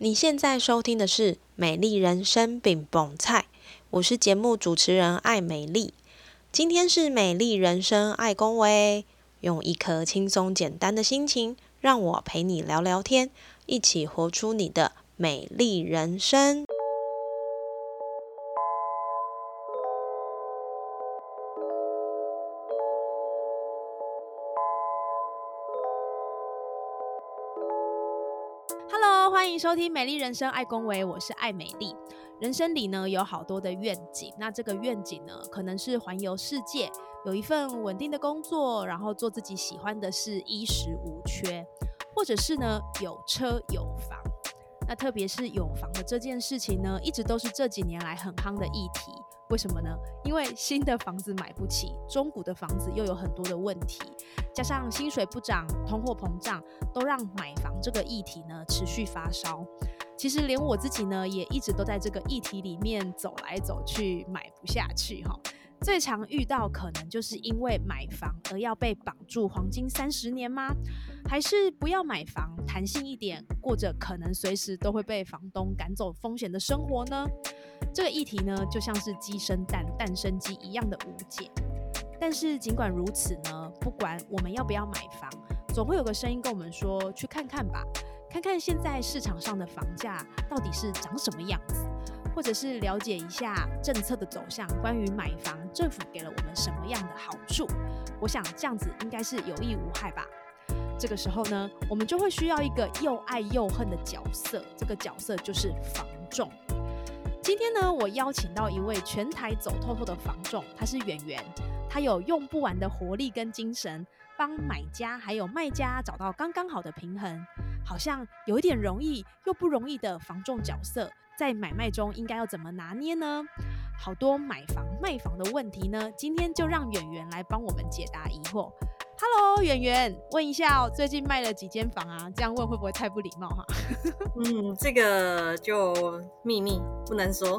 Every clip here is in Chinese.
你现在收听的是美丽人生饼蹦菜，我是节目主持人艾美丽。今天是美丽人生爱公维，用一颗轻松简单的心情，让我陪你聊聊天，一起活出你的美丽人生。Hello， 欢迎收听美丽人生爱公维，我是艾美丽。人生里呢有好多的愿景，那这个愿景呢可能是环游世界，有一份稳定的工作，然后做自己喜欢的事，衣食无缺，或者是呢有车有房。那特别是有房的这件事情呢，一直都是这几年来很夯的议题。为什么呢？因为新的房子买不起，中古的房子又有很多的问题，加上薪水不涨、通货膨胀，都让买房这个议题呢持续发烧。其实连我自己呢，也一直都在这个议题里面走来走去，买不下去哈。最常遇到可能就是因为买房而要被绑住黄金30年吗？还是不要买房，弹性一点，过着可能随时都会被房东赶走风险的生活呢？这个议题呢，就像是鸡生蛋，蛋生鸡一样的无解。但是尽管如此呢，不管我们要不要买房，总会有个声音跟我们说，去看看吧，看看现在市场上的房价到底是长什么样子，或者是了解一下政策的走向，关于买房政府给了我们什么样的好处。我想这样子应该是有益无害吧。这个时候呢，我们就会需要一个又爱又恨的角色，这个角色就是房仲。今天呢，我邀请到一位全台走透透的房仲，他是圆圆，他有用不完的活力跟精神，帮买家还有卖家找到刚刚好的平衡，好像有一点容易又不容易的房仲角色，在买卖中应该要怎么拿捏呢？好多买房卖房的问题呢，今天就让圆圆来帮我们解答疑惑。Hello， 圆圆，问一下最近卖了几间房啊？这样问会不会太不礼貌哈？ 这个就秘密不能说。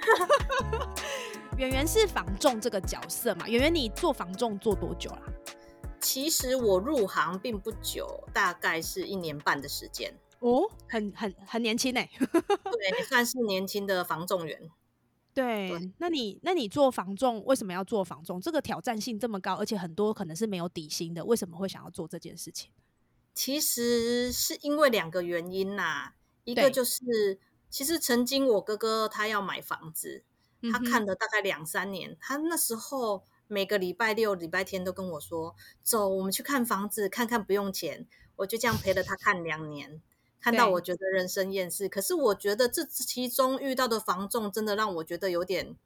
圆圆是房仲这个角色嘛？圆圆，你做房仲做多久啦？ 其实我入行并不久，大概是1年半的时间。 哦，很年轻欸。 对，算是年轻的房仲员。 对，那你做房仲为什么要做房仲？这个挑战性这么高，而且很多可能是没有底薪的，为什么会想要做这件事情？ 其实是因为2个原因啦，一个就是其实曾经我哥哥他要买房子，他看了大概2-3年，他那时候每个礼拜六、礼拜天都跟我说：“走，我们去看房子，看看不用钱。”我就这样陪着他看2年。看到我觉得人生厌世，可是我觉得这其中遇到的房仲真的让我觉得有点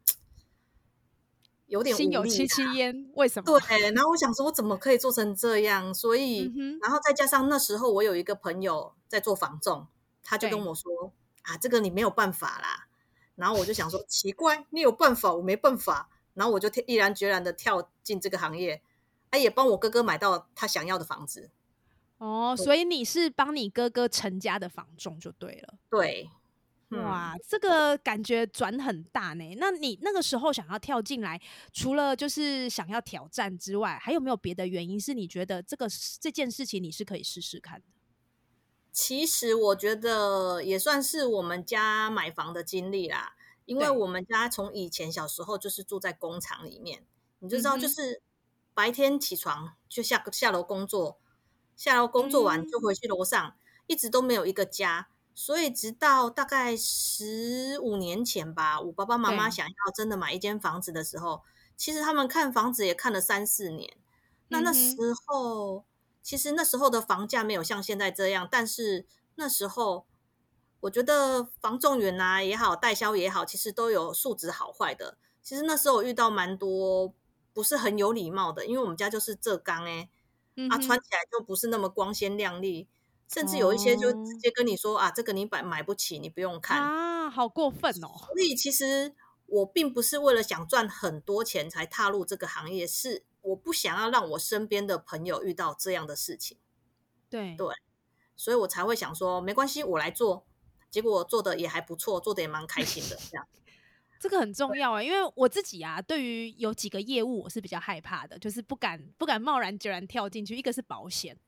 心有戚无力戚焉，为什么？ 对，然后我想说我怎么可以做成这样？所以然后再加上那时候我有一个朋友在做房仲，他就跟我说：“啊，这个你没有办法啦。”然后我就想说奇怪，你有办法，我没办法。然后我就毅然决然的跳进这个行业，也帮我哥哥买到他想要的房子。 哦，所以你是帮你哥哥成家的房仲就对了。 对， 哇，这个感觉转很大呢。那你那个时候想要跳进来，除了就是想要挑战之外，还有没有别的原因是你觉得这件事情你是可以试试看的？ 其实我觉得也算是我们家买房的经历啦，因为我们家从以前小时候就是住在工厂里面，你就知道就是白天起床就下楼工作，下楼工作完就回去楼上，一直都没有一个家。所以直到大概15年前吧，我爸爸妈妈想要真的买一间房子的时候，其实他们看房子也看了3-4年。那时候其实那时候的房价没有像现在这样，但是那时候我觉得房仲员啊也好，代销也好，其实都有素质好坏的。其实那时候我遇到蛮多不是很有礼貌的，因为我们家就是浙钢穿起来就不是那么光鲜亮丽，甚至有一些就直接跟你说这个你买不起，你不用看啊，好过分哦！ 所以其实我并不是为了想赚很多钱才踏入这个行业，是我不想要让我身边的朋友遇到这样的事情。 对， 所以我才会想说没关系，我来做。结果做的也还不错，做的也蛮开心的这样。 这个很重要因为我自己对于有几个业务我是比较害怕的，就是不敢贸然决然跳进去。一个是保险，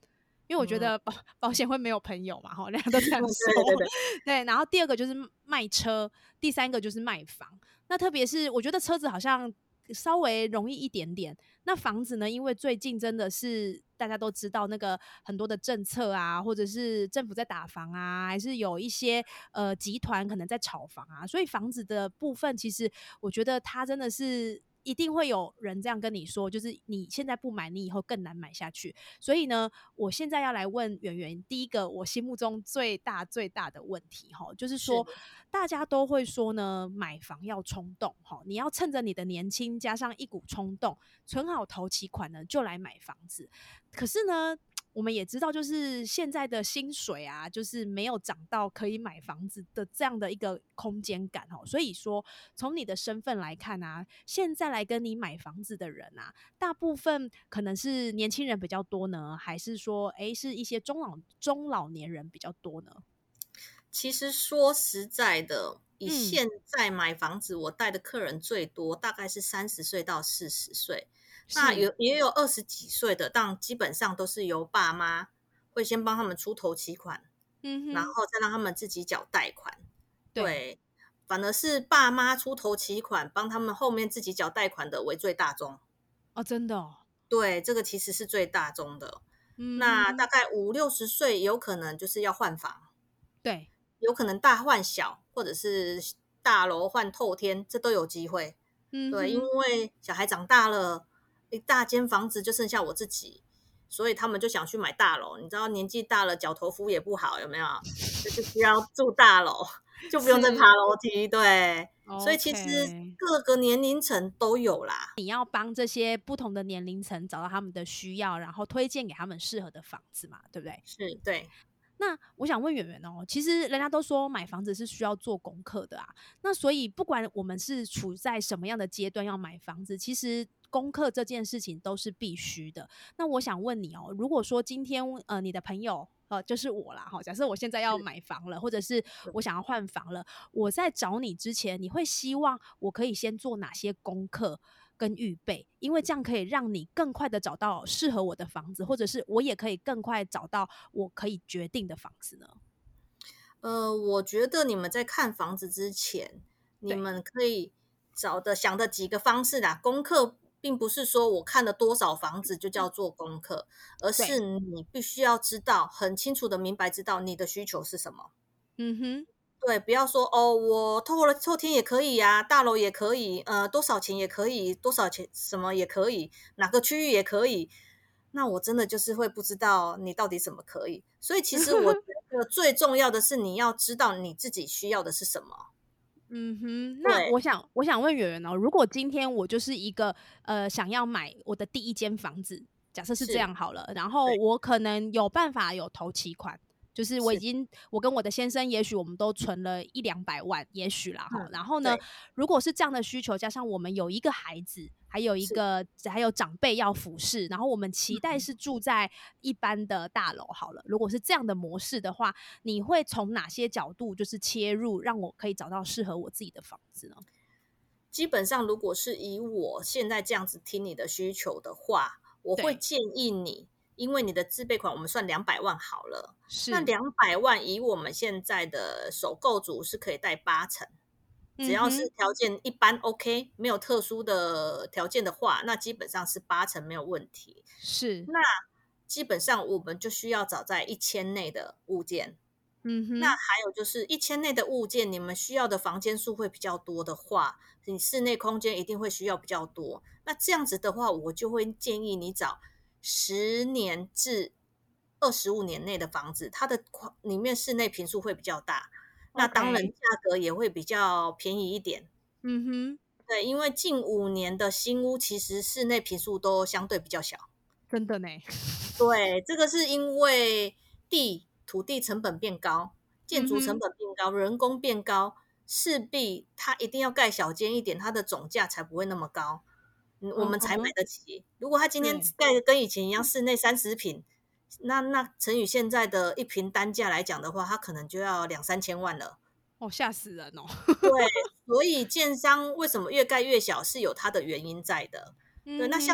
因为我觉得保险会没有朋友嘛，大家都这样说。 对对对， 对，然后第二个就是卖车，第三个就是卖房。那特别是我觉得车子好像稍微容易一点点，那房子呢，因为最近真的是大家都知道那个很多的政策啊，或者是政府在打房啊，还是有一些集团可能在炒房啊，所以房子的部分其实我觉得它真的是一定会有人这样跟你说，就是你现在不买，你以后更难买下去。所以呢，我现在要来问圆圆，第一个我心目中最大最大的问题就是说，大家都会说呢，买房要冲动你要趁着你的年轻加上一股冲动，存好头期款呢就来买房子。可是呢，我们也知道，就是现在的薪水啊，就是没有涨到可以买房子的这样的一个空间感所以说，从你的身份来看啊，现在来跟你买房子的人啊，大部分可能是年轻人比较多呢，还是说，是一些中老年人比较多呢？ 其实说实在的，以现在买房子，我带的客人最多，大概是30岁到40岁。那也有20几岁的，但基本上都是由爸妈会先帮他们出头期款，然后再让他们自己缴贷款。对，反而是爸妈出头期款，帮他们后面自己缴贷款的为最大宗。 真的哦。 对，这个其实是最大宗的。那大概50、60岁有可能就是要换房。 对， 有可能大换小，或者是大楼换透天，这都有机会。对，因为小孩长大了，一大间房子就剩下我自己，所以他们就想去买大楼。你知道年纪大了，脚头夫也不好，有没有？就是需要住大楼，就不用再爬楼梯。对，所以其实各个年龄层都有啦。 你要帮这些不同的年龄层找到他们的需要，然后推荐给他们适合的房子嘛，对不对？ 是，对。 那我想问圆圆其实人家都说买房子是需要做功课的啊，那所以不管我们是处在什么样的阶段要买房子，其实功课这件事情都是必须的。那我想问你如果说今天你的朋友就是我啦假设我现在要买房了，或者是我想要换房了，我在找你之前，你会希望我可以先做哪些功课跟预备，因为这样可以让你更快的找到适合我的房子，或者是我也可以更快找到我可以决定的房子呢？ 我觉得你们在看房子之前，你们可以想的几个方式啦。功课并不是说我看了多少房子就叫做功课，而是你必须要知道，很清楚的明白知道你的需求是什么。对，不要说我透天也可以呀，大楼也可以，多少钱也可以，多少钱什么也可以，哪个区域也可以。那我真的就是会不知道你到底什么可以。所以其实我觉得最重要的是你要知道你自己需要的是什么。 那我想问圆圆如果今天我就是一个想要买我的第一间房子，假设是这样好了，然后我可能有办法有头期款。就是我跟我的先生，也许我们都存了100-200万，也许啦然后呢，如果是这样的需求，加上我们有一个孩子，还有长辈要服侍，然后我们期待是住在一般的大楼好了。如果是这样的模式的话，你会从哪些角度就是切入，让我可以找到适合我自己的房子呢？ 基本上，如果是以我现在这样子听你的需求的话，我会建议你。因为你的自备款我们算200万好了，那200万以我们现在的首购族是可以贷80%，只要是条件一般 OK， 没有特殊的条件的话，那基本上是80%没有问题。 是， 那基本上我们就需要找在1000内的物件。那还有就是1000内的物件，你们需要的房间数会比较多的话，你室内空间一定会需要比较多。那这样子的话，我就会建议你找10年至25年内的房子，它的里面室内坪数会比较大，那当然价格也会比较便宜一点。对，因为近5年的新屋其实室内坪数都相对比较小。 真的呢。 对，这个是因为土地成本变高，建筑成本变高，人工变高，势必它一定要盖小间一点，它的总价才不会那么高。我们才买得起。如果他今天盖的跟以前一样，室内30坪，那乘以现在的1坪单价来讲的话，他可能就要2-3千万了。 吓死人哦！ 对，所以建商为什么越盖越小是有它的原因在的。对，那像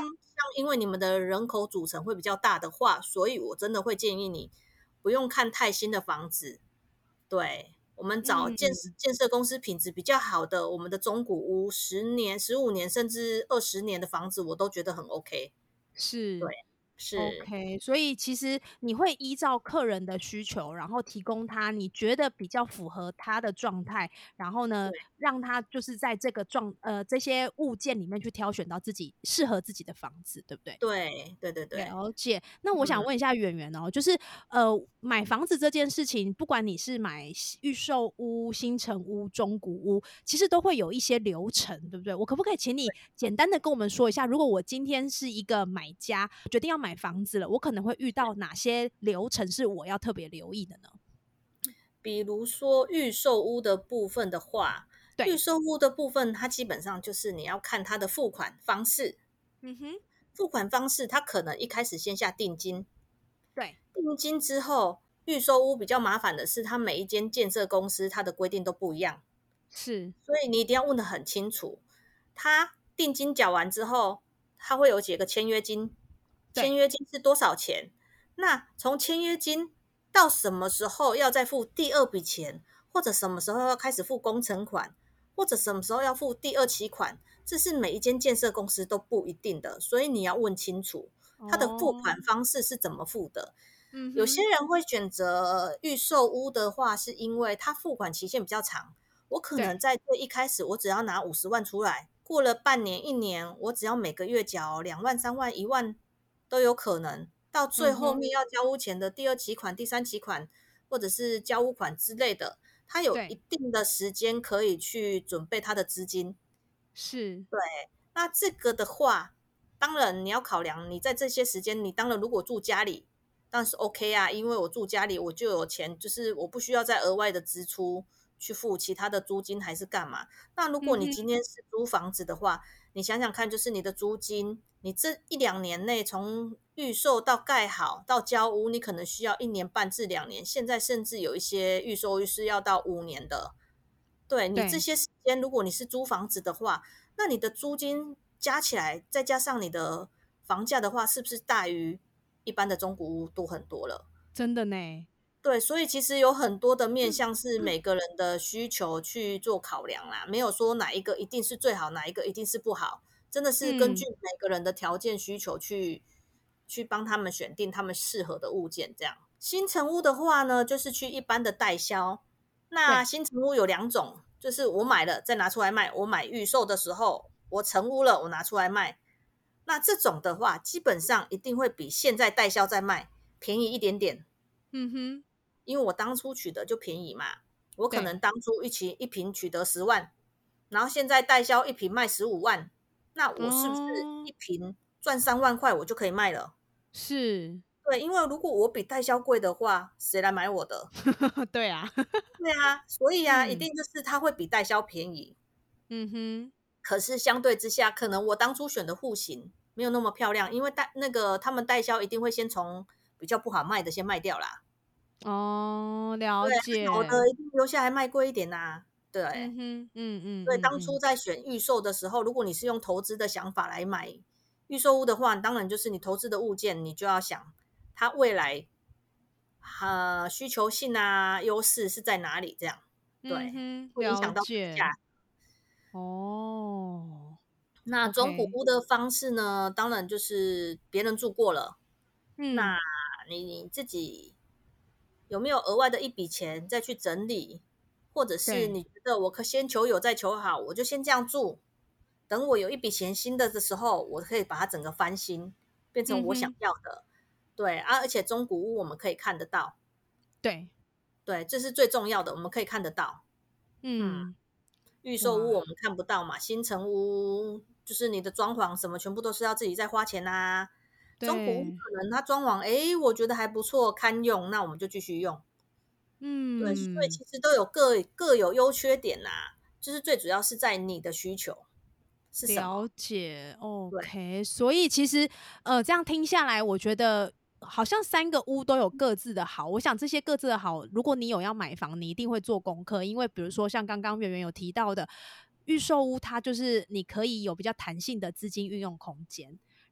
因为你们的人口组成会比较大的话，所以我真的会建议你不用看太新的房子，对，我们找建设公司品质比较好的，我们的中古屋10年、15年甚至20年的房子，我都觉得很 OK。对， 是。 是， OK，所以其实你会依照客人的需求，然后提供他你觉得比较符合他的状态，然后呢， 对， 让他就是在这个这些物件里面去挑选到自己适合自己的房子，对不对？ 对，对对对， 了解。那我想嗯， 问一下圆圆哦，就是买房子这件事情，不管你是买预售屋、新城屋、中古屋，其实都会有一些流程，对不对？我可不可以请你简单的跟我们说一下，如果我今天是一个买家，决定要买房子了，我可能会遇到哪些流程是我要特别留意的呢？ 比如说预售屋的部分的话，预对。 售屋的部分，它基本上就是你要看它的付款方式， 嗯哼。 付款方式它可能一开始先下定金， 对。 定金之后，预售屋比较麻烦的是，它每一间建设公司它的规定都不一样， 是。 所以你一定要问得很清楚。他定金缴完之后，他会有几个签约金，签对。 约金是多少钱？那从签约金到什么时候要再付第二笔钱，或者什么时候要开始付工程款，或者什么时候要付第二期款，这是每一间建设公司都不一定的，所以你要问清楚他的付哦。 款方式是怎么付的。有些嗯哼。 人会选择预售屋的话，是因为他付款期限比较长。我可能对。 在最一开始，我只要拿50万出来，过了半年、1年，我只要每个月缴2万、3万、1万都有可能。到最嗯哼。 后面要交屋前的第二期款、第三期款，或者是交屋款之类的，他有一对。 定的时间可以去准备他的资金。 是。 对，那这个的话，当然你要考量，你在这些时间，你当然如果住家里，当然是 OK 啊，因为我住家里我就有钱，就是我不需要再额外的支出去付其他的租金还是干嘛。那如果你嗯哼。 今天是租房子的话，你想想看，就是你的租金，你这1、2年内从预售到盖好到交屋，你可能需要1年半至2年，现在甚至有一些预售是要到5年的。对，你这对。 些时间，如果你是租房子的话，那你的租金加起来，再加上你的房价的话，是不是大于一般的中古屋多很多了？ 真的呢。 对，所以其实有很多的面向是每个人的需求去做考量啦，没有说哪一个一定是最好，哪一个一定是不好，真的是根据嗯。 每个人的条件需求去帮他们选定他们适合的物件。这样，新成屋的话呢，就是去一般的代销。那对。 新成屋有2种，就是我买了再拿出来卖，我买预售的时候我成屋了，我拿出来卖。那这种的话，基本上一定会比现在代销在卖便宜一点点。 嗯哼。 因为我当初取得就便宜嘛，我可能对。 当初一瓶取得10万，然后现在代销一瓶卖15万，那我是不是哦。 一瓶赚3万块我就可以卖了？ 是。 对，因为如果我比代销贵的话，谁来买我的？ 对啊。 对啊，所以啊，一嗯。 定就是它会比代销便宜。 嗯哼。 可是相对之下，可能我当初选的户型没有那么漂亮，因为他们代销一定会先从比较不好卖的先卖掉啦。 哦，了对，好解。 的一定留下来卖贵一点呐。对。 嗯哼。嗯嗯对，当初嗯嗯。 在选预售的时候，如果你是用投资的想法来买预售屋的话，当然就是你投资的物件，你就要想它未来需求性啊、优势是在哪里，这样对， 嗯哼。了会影响到评解。 价。 哦。 那中古 OK。 屋的方式呢，当然就是别人住过了，那嗯。 你自己有没有额外的一笔钱再去整理，或者是对。 你觉得我可先求有再求好，我就先这样住，等我有一笔钱新的时候，我可以把它整个翻新，变成我想嗯哼。 要的。对啊，而且中古屋我们可以看得到， 对。 对，这是最重要的，我们可以看得到。嗯， 嗯。 预售屋哇。 我们看不到嘛，新城屋就是你的装潢什么全部都是要自己再花钱啦、中古屋对。 可能它装潢，诶，我觉得还不错，堪用，那我们就继续用。对，所以嗯。 其实都有各有优缺点呐，就是最主要是在你的需求是什么。 了解对， ，OK。所以其实，这样听下来，我觉得好像3个屋都有各自的好。我想这些各自的好，如果你有要买房，你一定会做功课，因为比如说像刚刚圆圆有提到的，预售屋它就是你可以有比较弹性的资金运用空间。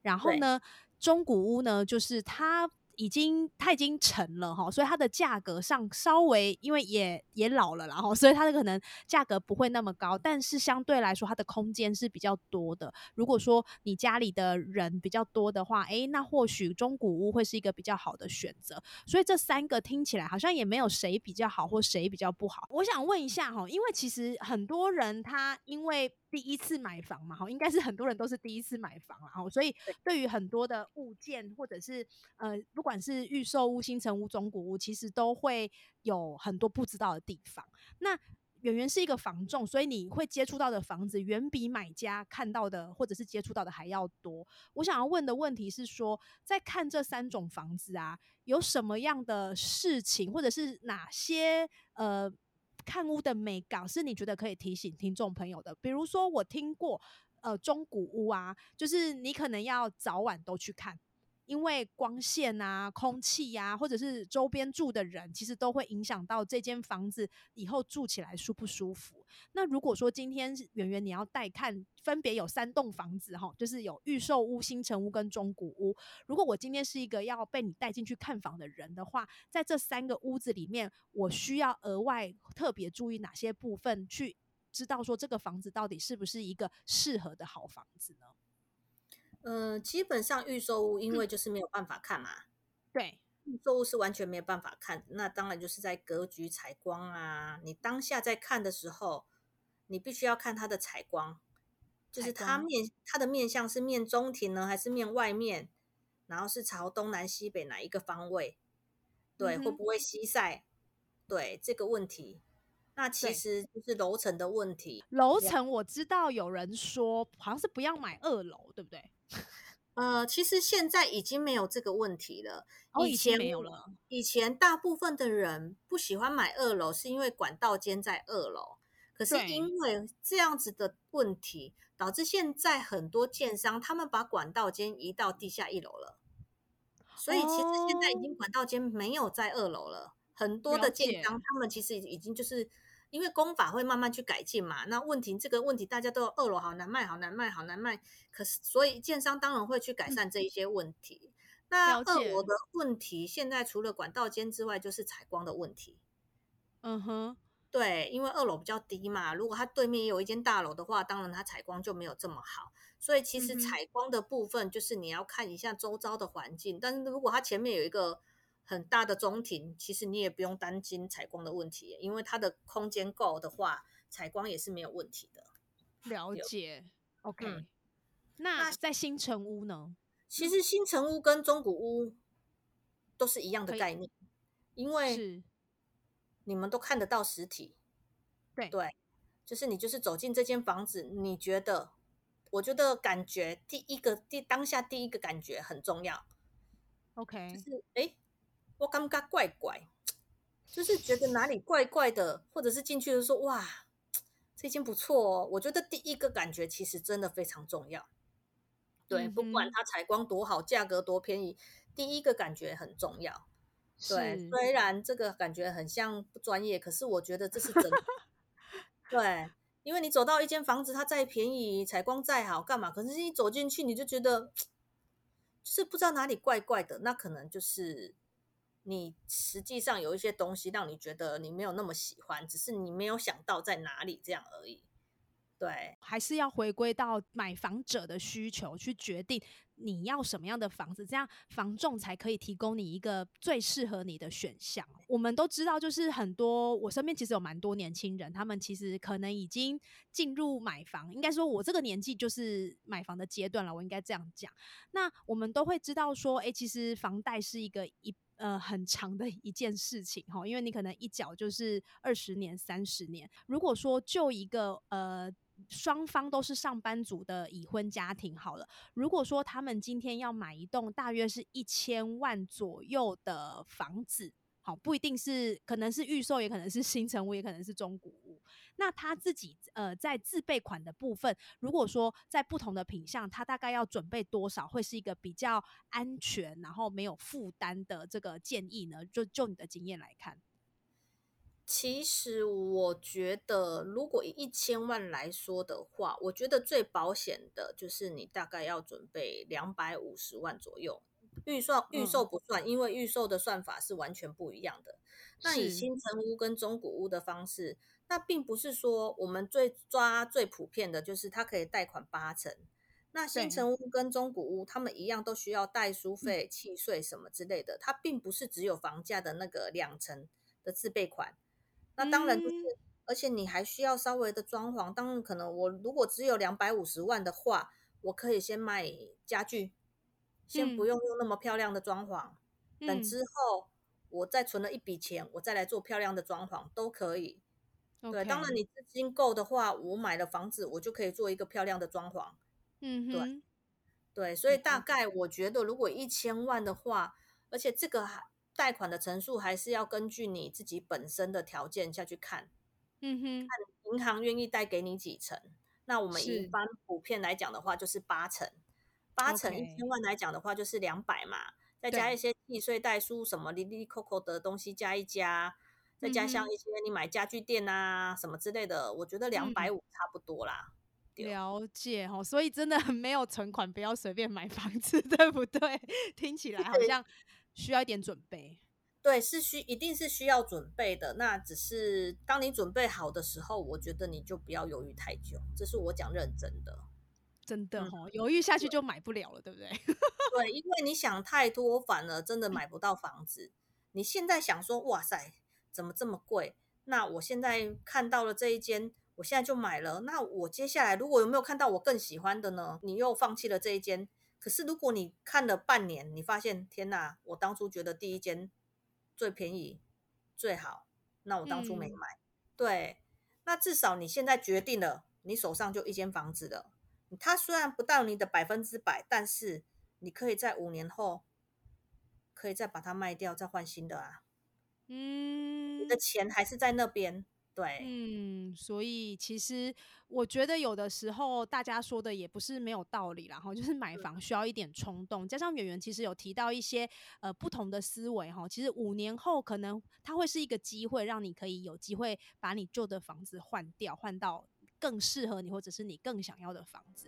然后呢，中古屋呢，就是它已经成了哈，所以它的价格上稍微因为也老了啦齁，所以它的可能价格不会那么高，但是相对来说它的空间是比较多的。如果说你家里的人比较多的话，那或许中古屋会是一个比较好的选择。所以这三个听起来好像也没有谁比较好或谁比较不好。我想问一下齁，因为其实很多人他因为第一次买房嘛，应该是很多人都是第一次买房啦，所以对于很多的物件或者是不管是预售屋、新成屋、中古屋，其实都会有很多不知道的地方。那圆圆是一个房仲，所以你会接触到的房子远比买家看到的或者是接触到的还要多。我想要问的问题是说，在看这三种房子啊，有什么样的事情，或者是哪些看屋的美感是你觉得可以提醒听众朋友的？比如说我听过中古屋啊，就是你可能要早晚都去看，因为光线啊、空气啊，或者是周边住的人，其实都会影响到这间房子以后住起来舒不舒服。那如果说今天圆圆你要带看，分别有三栋房子哈，就是有预售屋、新成屋跟中古屋。如果我今天是一个要被你带进去看房的人的话，在这三个屋子里面，我需要额外特别注意哪些部分，去知道说这个房子到底是不是一个适合的好房子呢？ 基本上预售屋因为就是没有办法看嘛， 对， 预售屋是完全没有办法看，那当然就是在格局、采光啊，你当下在看的时候，你必须要看它的采光，就是它的面向是面中庭呢，还是面外面，然后是朝东南西北哪一个方位，对，会嗯哼， 不会西晒，对这个问题，那其对。 实就是楼层的问题。 楼层我知道有人说好像是不要买2楼，对不对？ 其实现在已经没有这个问题了。 哦，已经没有了。 以前大部分的人不喜欢买二楼，是因为管道间在二楼。可是因对， 为这样子的问题，导致现在很多建商他们把管道间移到地下1楼了。所以其实现在已哦， 经管道间没有在二楼了，很多的建商了解， 他们其实已经就是因为工法会慢慢去改进嘛，那这个问题大家都有二楼好难卖，好难卖，好难卖，可是所以建商当然会去改善这一些问题。那了解， 二楼的问题，现在除了管道间之外，就是采光的问题。 嗯哼， 对，因为二楼比较低嘛，如果它对面也有一间大楼的话，当然它采光就没有这么好。所以其实嗯哼， 采光的部分，就是你要看一下周遭的环境。但是如果它前面有一个很大的中庭，其实你也不用担心采光的问题，因为它的空间够的话，采光也是没有问题的。 了有， 解嗯， ，OK。那那在新城屋呢？ 其实新城屋跟中古屋都是一样的可以概念，因为是， 你们都看得到实体。 对对，就是你就是走进这间房子，你觉得，我觉得感觉当下第一个感觉很重要，就 ，OK， 是诶，我感觉怪怪，就是觉得哪里怪怪的，或者是进去就说哇，这间不错哦。我觉得第一个感觉其实真的非常重要。对，不管嗯哼， 它采光多好，价格多便宜，第一个感觉很重要。对， 是， 虽然这个感觉很像不专业，可是我觉得这是真的。对，因为你走到一间房子，它再便宜，采光再好，干嘛？可是你走进去，你就觉得就是不知道哪里怪怪的，那可能就是你实际上有一些东西让你觉得你没有那么喜欢，只是你没有想到在哪里这样而已。对， 还是要回归到买房者的需求去决定你要什么样的房子，这样房仲才可以提供你一个最适合你的选项。我们都知道，就是很多我身边其实有蛮多年轻人，他们其实可能已经进入买房，应该说我这个年纪就是买房的阶段了，我应该这样讲。那我们都会知道说，其实房贷是很长的一件事情哈，因为你可能一缴就是20年、30年。如果说就一个双方都是上班族的已婚家庭好了，如果说他们今天要买一栋大约是1000万左右的房子。好，不一定是，可能是预售，也可能是新成屋，也可能是中古屋。那他自己在自备款的部分，如果说在不同的品项，他大概要准备多少，会是一个比较安全，然后没有负担的这个建议呢？就你的经验来看， 其实我觉得，如果以1000万来说的话，我觉得最保险的就是你大概要准备250万左右。预售不算，因为预售的算法是完全不一样的。那以是， 新城屋跟中古屋的方式，那并不是说我们最普遍的就是它可以贷款8成。那新对， 城屋跟中古屋，他们一样都需要代书费、契税什么之类的，它并不是只有房价的那个2成的自备款。那当然就是， 嗯而且你还需要稍微的装潢。当然，可能我如果只有250万的话，我可以先买家具，先不嗯用那么漂亮的装潢，等嗯之后我再存了一笔钱，我再来做漂亮的装潢都可以。对，当然 ，OK， 你资金够的话，我买了房子，我就可以做一个漂亮的装潢。对。 嗯哼， 对，所以大了概我觉得，如果1000万的话，而且这个贷款的成数还是要根据你自己本身的条件下去看， 嗯哼， 银行愿意贷给你几成。那我们以一是般普遍来讲的话，就是8成，8成一千 ，OK， 万来讲的话就是200嘛，再加一对， 些契税代书什么零零扣扣的东西加一加，再加上嗯哼， 一些你买家具店啊什么之类的，我觉得嗯。 250差不多啦。对。 了解哦，所以真的没有存款，不要随便买房子，对不对？听起来好像需要一点准备， 对，一定是需要准备的。那只是当你准备好的时候，我觉得你就不要犹豫太久，这是我讲认真的。嗯， 真的哦，犹豫下去就买不了了，对不对？ 对，因为你想太多，反而真的买不到房子。你现在想说，哇塞，怎么这么贵？那我现在看到了这一间，我现在就买了。那我接下来如果有没有看到我更喜欢的呢？你又放弃了这一间。可是如果你看了半年，你发现天哪，我当初觉得第一间最便宜最好，那我当初没嗯， 买。对，那至少你现在决定了，你手上就一间房子了。它虽然不到你的100%，但是你可以在5年后可以再把它卖掉，再换新的啊。你的嗯。 钱还是在那边。对。 嗯，所以其实我觉得有的时候大家说的也不是没有道理啦，哈，就是买房需要一点冲动，加上圆圆其实有提到一些不同的思维哈，其实5年后可能它会是一个机会，让你可以有机会把你旧的房子换掉，换到更适合你或者是你更想要的房子。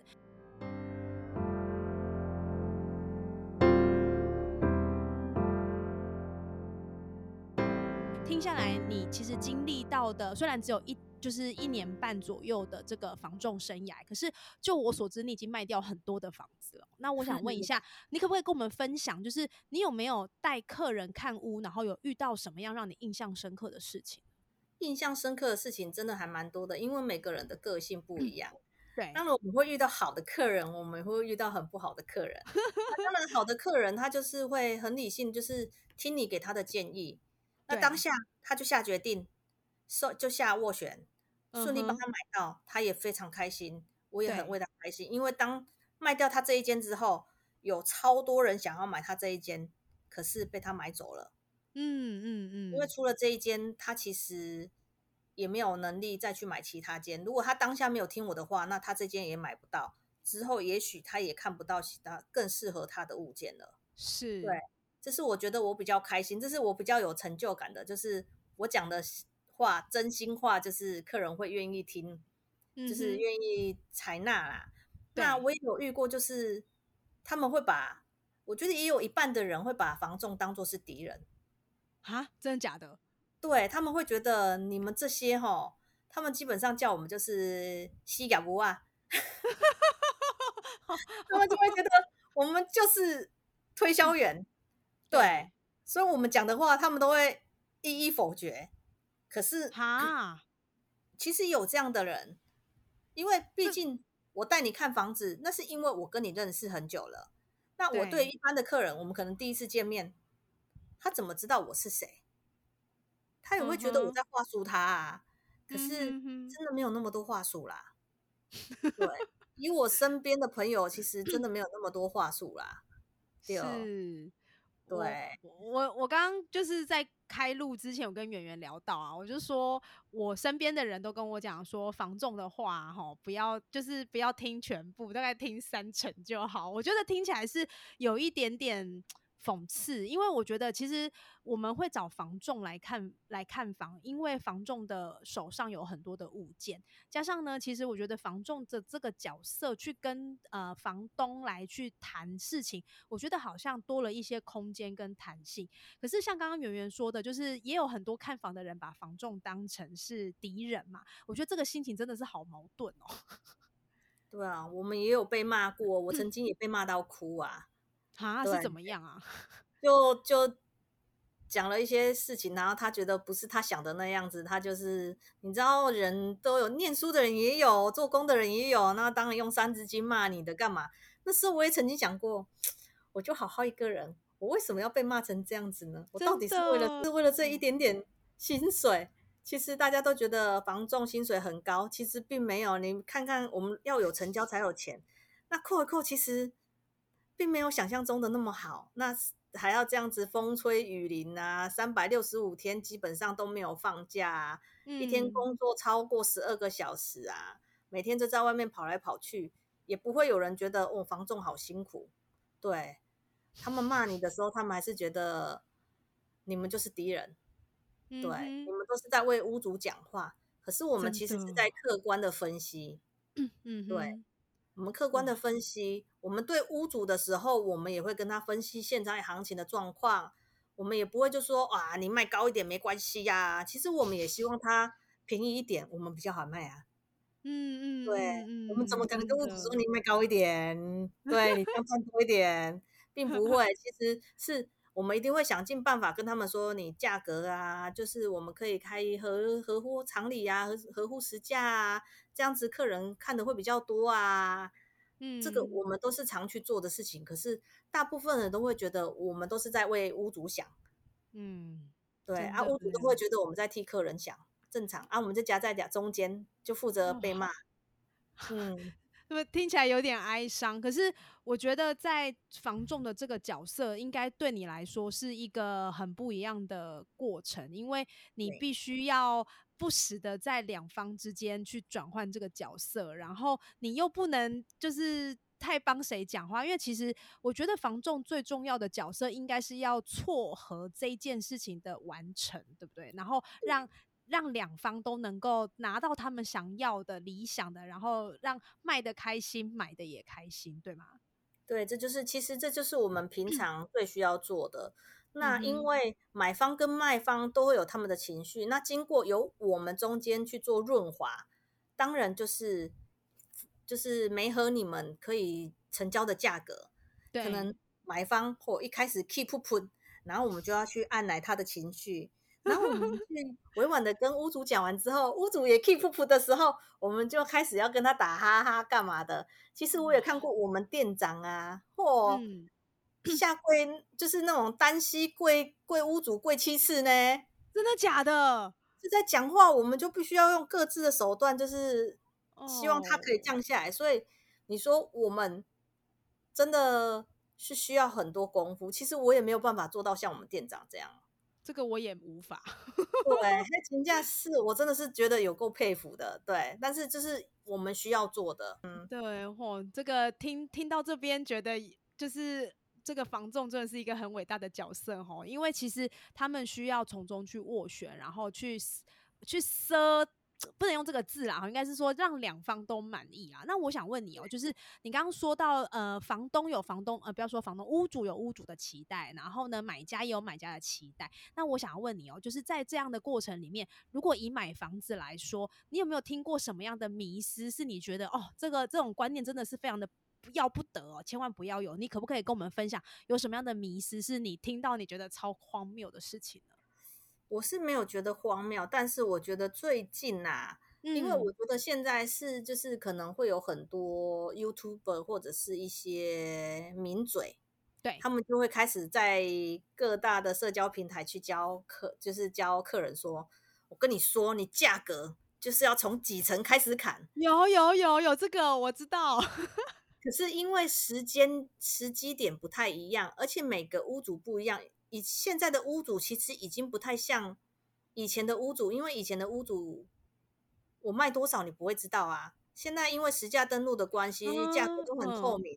听下来，你其实经历到的虽然只有就是1年半左右的这个房仲生涯，可是就我所知，你已经卖掉很多的房子了。那我想问一下，你可不可以跟我们分享，就是你有没有带客人看屋，然后有遇到什么样让你印象深刻的事情？ 印象深刻的事情真的还蛮多的，因为每个人的个性不一样。 对当然我们会遇到好的客人，我们也会遇到很不好的客人。那当然好的客人他就是会很理性，就是听你给他的建议，那当对， 下他就下决定，就下斡旋，顺利帮嗯哼， 他买到，他也非常开心，我也很对， 为他开心。因为当卖掉他这一间之后，有超多人想要买他这一间，可是被他买走了。 嗯嗯嗯， 因为除了这一间，他其实也没有能力再去买其他间。如果他当下没有听我的话，那他这间也买不到，之后也许他也看不到其他更适合他的物件了。对， 是， 这是我觉得我比较开心，这是我比较有成就感的，就是我讲的话，真心话，就是客人会愿意听，就是嗯哼， 愿意采纳啦。那对， 我也有遇过，就是他们会把，我觉得也有一半的人会把房仲当做是敌人。 哈，真的假的？ 对，他们会觉得你们这些齁，他们基本上叫我们就是西雅不啊，他们就会觉得我们就是推销员。对， 对， 所以我们讲的话，他们都会一一否决。可是哈， 其实有这样的人，因为毕这竟我带你看房子，那是因为我跟你认识很久了。那我对对， 一般的客人，我们可能第一次见面，他怎么知道我是谁？他也会觉得我嗯哼， 在话术他啊。可嗯是哼哼。 真的没有那么多话术啦。对，以我身边的朋友，其实真的没有那么多话术啦。对哦。 是，我对。 我刚刚就是在开录之前有跟圆圆聊到啊，我就说我身边的人都跟我讲说，房仲的话哈，不要听全部，大概听3成就好。我觉得听起来是有一点点讽刺，因为我觉得其实我们会找房仲来看房，因为房仲的手上有很多的物件，加上呢，其实我觉得房仲的这个角色去跟房东来去谈事情，我觉得好像多了一些空间跟弹性。可是像刚刚圆圆说的，就是也有很多看房的人把房仲当成是敌人嘛，我觉得这个心情真的是好矛盾哦。 对啊，我们也有被骂过，我曾经也被骂到哭啊。 哈，是对， 怎么样啊？ 就讲了一些事情，然后他觉得不是他想的那样子，他就是你知道，人都有，念书的人也有，做工的人也有，那当然用三字经骂你的干嘛？那时候我也曾经想过，我就好好一个人，我为什么要被骂成这样子呢？我到真底的， 是为了这一点点薪水？其实大家都觉得房仲薪水很高，其实并没有。你看看，我们要有成交才有钱，那扣一扣，其实并没有想象中的那么好。那还要这样子风吹雨淋啊，365天基本上都没有放假啊，一天嗯。 工作超过12个小时啊，每天就在外面跑来跑去，也不会有人觉得哦，房仲好辛苦。对，他们骂你的时候，他们还是觉得你们就是敌人。对， 嗯哼， 你们都是在为屋主讲话，可是我们真的， 其实是在客观的分析。对， 嗯哼， 我们客观的哇， 分析，我们对屋主的时候，我们也会跟他分析现在行情的状况，我们也不会就说啊，你卖高一点没关系呀、其实我们也希望他便宜一点，我们比较好卖啊。 嗯对， 嗯我们怎嗯嗯， 么可能跟屋主说真的， 你卖高一点？对，你这样赚多一点，并不会。其实是我们一定会想尽办法跟他们说，你价格啊，就是我们可以开合乎常理啊，合乎实价啊，这样子客人看的会比较多啊。这个嗯， 我们都是常去做的事情，可是大部分人都会觉得我们都是在为屋主想， 嗯， 对啊， 真的屋主都会觉得我们在替客人想，正常啊，我们就夹在中间，就负责被哦。 骂。嗯， 那么听起来有点哀伤，可是我觉得在房仲的这个角色，应该对你来说是一个很不一样的过程，因为你对。 必须要不时的在两方之间去转换这个角色，然后你又不能就是太帮谁讲话，因为其实我觉得房仲最重要的角色应该是要撮合这一件事情的完成，对不对？然后让两方都能够拿到他们想要的、理想的，然后让卖的开心，买的也开心，对吗？ 对，其实这就是我们平常最需要做的。那因嗯哼， 为买方跟卖方都会有他们的情绪，那经过由我们中间去做润滑，当然就是媒合你们可以成交的价格，可对， 能买方或一开始 keep put，然后我们就要去按来他的情绪，然后我们去委婉的跟屋主讲完之后，屋主也 keep put 的时候，我们就开始要跟他打哈哈干嘛的。其实我也看过我们店长啊，或嗯， 下跪就是那种单膝跪屋主跪7次呢， 真的假的？ 是在讲话，我们就必须要用各自的手段，就是希望他可以哦， 降下来。所以你说我们真的是需要很多功夫，其实我也没有办法做到像我们店长这样。 这个我也无法。 对，那评价是我真的是觉得有够佩服的，对，但是这是我们需要做的。 对，这个听到这边，觉得就是这个房仲真的是一个很伟大的角色吼，因为其实他们需要从中去斡旋，然后去赊。不能用这个字啦，应该是说让两方都满意啊。那我想问你哦，就是你刚刚说到，房东有房东，不要说房东，屋主有屋主的期待，然后呢，买家也有买家的期待。那我想要问你哦，就是在这样的过程里面，如果以买房子来说，你有没有听过什么样的迷思，是你觉得哦，这种观念真的是非常的不要不得哦，千万不要有。你可不可以跟我们分享有什么样的迷思，是你听到你觉得超荒谬的事情呢？ 我是没有觉得荒谬，但是我觉得最近因为嗯， 我觉得现在就是可能会有很多 YouTuber 或者是一些名嘴， 对， 他们就会开始在各大的社交平台去就是教客人说，我跟你说，你价格就是要从几层开始砍。 有这个我知道， 可是因为时机点不太一样，而且每个屋主不一样，现在的屋主其实已经不太像以前的屋主，因为以前的屋主我卖多少你不会知道啊。现在因为实价登录的关系，价格都很透嗯， 明，